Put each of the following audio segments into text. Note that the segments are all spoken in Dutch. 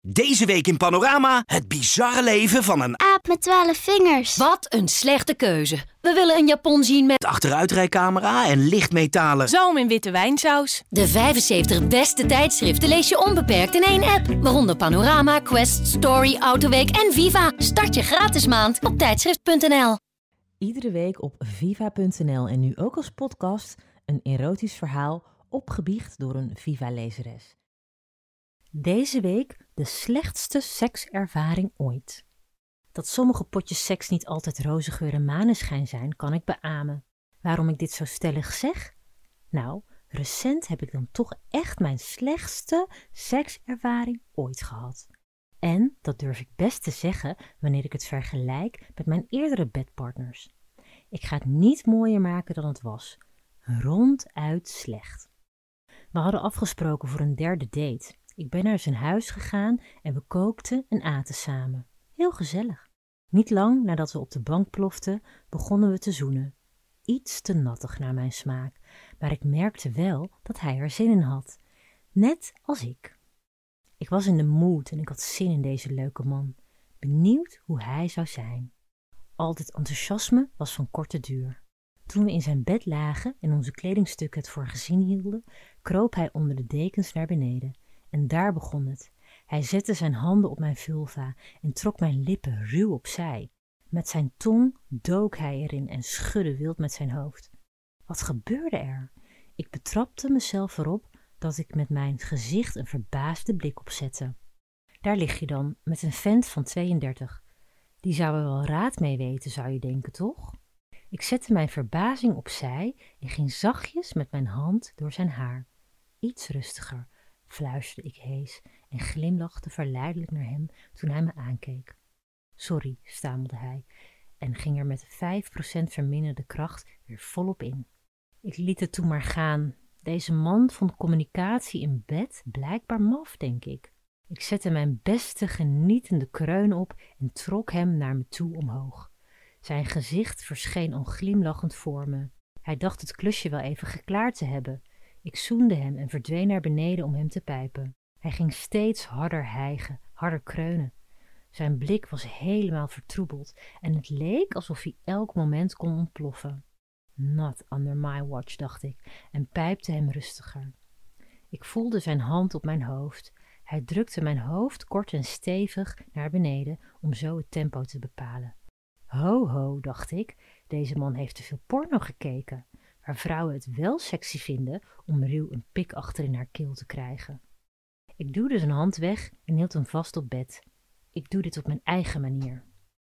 Deze week in Panorama het bizarre leven van een aap met 12 vingers. Wat een slechte keuze. We willen een Japon zien met achteruitrijcamera en lichtmetalen zalm in witte wijnsaus. De 75 beste tijdschriften lees je onbeperkt in één app. Waaronder Panorama, Quest, Story, Autoweek en Viva. Start je gratis maand op tijdschrift.nl. Iedere week op viva.nl en nu ook als podcast een erotisch verhaal opgebiecht door een Viva-lezeres. Deze week de slechtste sekservaring ooit. Dat sommige potjes seks niet altijd roze geur en maneschijn zijn, kan ik beamen. Waarom ik dit zo stellig zeg? Nou, recent heb ik dan toch echt mijn slechtste sekservaring ooit gehad. En dat durf ik best te zeggen wanneer ik het vergelijk met mijn eerdere bedpartners. Ik ga het niet mooier maken dan het was. Ronduit slecht. We hadden afgesproken voor een derde date. Ik ben naar zijn huis gegaan en we kookten en aten samen. Heel gezellig. Niet lang nadat we op de bank ploften, begonnen we te zoenen. Iets te nattig naar mijn smaak, maar ik merkte wel dat hij er zin in had. Net als ik. Ik was in de mood en ik had zin in deze leuke man. Benieuwd hoe hij zou zijn. Al dit enthousiasme was van korte duur. Toen we in zijn bed lagen en onze kledingstukken het voor gezien hielden, kroop hij onder de dekens naar beneden. En daar begon het. Hij zette zijn handen op mijn vulva en trok mijn lippen ruw opzij. Met zijn tong dook hij erin en schudde wild met zijn hoofd. Wat gebeurde er? Ik betrapte mezelf erop dat ik met mijn gezicht een verbaasde blik opzette. Daar lig je dan, met een vent van 32. Die zou er wel raad mee weten, zou je denken, toch? Ik zette mijn verbazing opzij en ging zachtjes met mijn hand door zijn haar. Iets rustiger, fluisterde ik hees en glimlachte verleidelijk naar hem toen hij me aankeek. Sorry, stamelde hij en ging er met 5% verminderde kracht weer volop in. Ik liet het toen maar gaan. Deze man vond communicatie in bed blijkbaar maf, denk ik. Ik zette mijn beste genietende kreun op en trok hem naar me toe omhoog. Zijn gezicht verscheen al glimlachend voor me. Hij dacht het klusje wel even geklaard te hebben. Ik zoende hem en verdween naar beneden om hem te pijpen. Hij ging steeds harder hijgen, harder kreunen. Zijn blik was helemaal vertroebeld en het leek alsof hij elk moment kon ontploffen. Not under my watch, dacht ik, en pijpte hem rustiger. Ik voelde zijn hand op mijn hoofd. Hij drukte mijn hoofd kort en stevig naar beneden om zo het tempo te bepalen. Ho, ho, dacht ik, deze man heeft te veel porno gekeken, waar vrouwen het wel sexy vinden om ruw een pik achter in haar keel te krijgen. Ik duwde zijn hand weg en hield hem vast op bed. Ik doe dit op mijn eigen manier.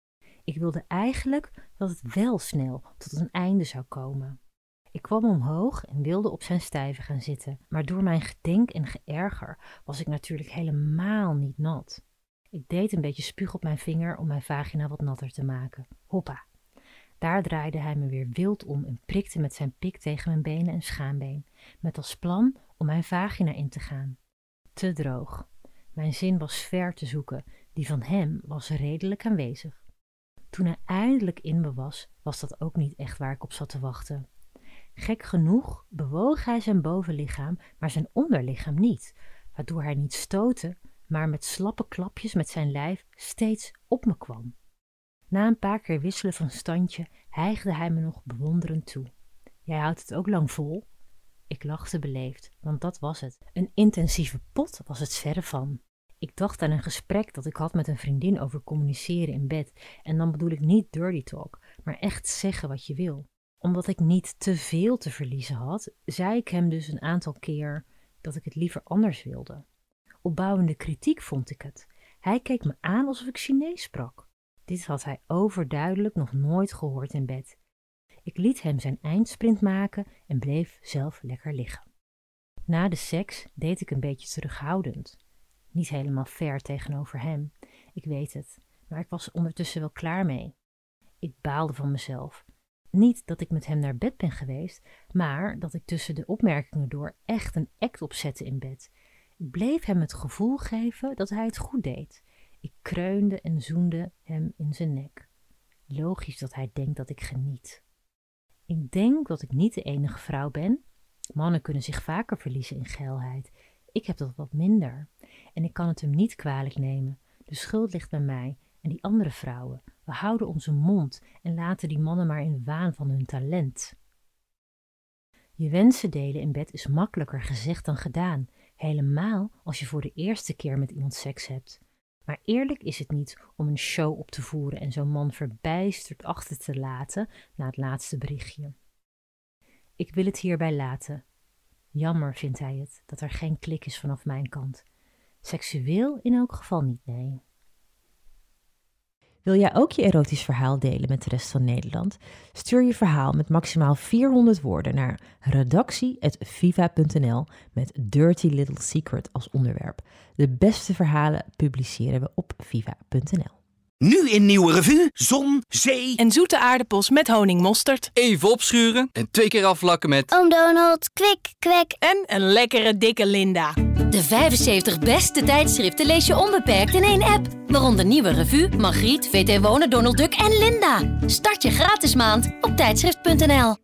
Ik wilde eigenlijk dat het wel snel tot een einde zou komen. Ik kwam omhoog en wilde op zijn stijve gaan zitten, maar door mijn gedenk en geërger was ik natuurlijk helemaal niet nat. Ik deed een beetje spuug op mijn vinger om mijn vagina wat natter te maken. Hoppa! Daar draaide hij me weer wild om en prikte met zijn pik tegen mijn benen en schaambeen, met als plan om mijn vagina in te gaan. Te droog. Mijn zin was ver te zoeken, die van hem was redelijk aanwezig. Toen hij eindelijk in me was, was dat ook niet echt waar ik op zat te wachten. Gek genoeg bewoog hij zijn bovenlichaam, maar zijn onderlichaam niet, waardoor hij niet stootte, maar met slappe klapjes met zijn lijf steeds op me kwam. Na een paar keer wisselen van standje hijgde hij me nog bewonderend toe. Jij houdt het ook lang vol? Ik lachte beleefd, want dat was het. Een intensieve pot was het verre van. Ik dacht aan een gesprek dat ik had met een vriendin over communiceren in bed. En dan bedoel ik niet dirty talk, maar echt zeggen wat je wil. Omdat ik niet te veel te verliezen had, zei ik hem dus een aantal keer dat ik het liever anders wilde. Opbouwende kritiek vond ik het. Hij keek me aan alsof ik Chinees sprak. Dit had hij overduidelijk nog nooit gehoord in bed. Ik liet hem zijn eindsprint maken en bleef zelf lekker liggen. Na de seks deed ik een beetje terughoudend. Niet helemaal fair tegenover hem, ik weet het, maar ik was ondertussen wel klaar mee. Ik baalde van mezelf. Niet dat ik met hem naar bed ben geweest, maar dat ik tussen de opmerkingen door echt een act opzette in bed. Ik bleef hem het gevoel geven dat hij het goed deed. Ik kreunde en zoende hem in zijn nek. Logisch dat hij denkt dat ik geniet. Ik denk dat ik niet de enige vrouw ben. Mannen kunnen zich vaker verliezen in geilheid. Ik heb dat wat minder. En ik kan het hem niet kwalijk nemen. De schuld ligt bij mij en die andere vrouwen. We houden onze mond en laten die mannen maar in waan van hun talent. Je wensen delen in bed is makkelijker gezegd dan gedaan. Helemaal als je voor de eerste keer met iemand seks hebt. Maar eerlijk is het niet om een show op te voeren en zo'n man verbijsterd achter te laten na het laatste berichtje. Ik wil het hierbij laten. Jammer vindt hij het dat er geen klik is vanaf mijn kant. Seksueel in elk geval niet, nee. Wil jij ook je erotisch verhaal delen met de rest van Nederland? Stuur je verhaal met maximaal 400 woorden naar redactie@viva.nl met Dirty Little Secret als onderwerp. De beste verhalen publiceren we op viva.nl. Nu in Nieuwe Revue, zon, zee en zoete aardappels met honingmosterd. Even opschuren en 2 keer afvlakken met Oom Donald, kwik, kwek. En een lekkere dikke Linda. De 75 beste tijdschriften lees je onbeperkt in één app. Waaronder Nieuwe Revue, Margriet, VT Wonen, Donald Duck en Linda. Start je gratis maand op tijdschrift.nl.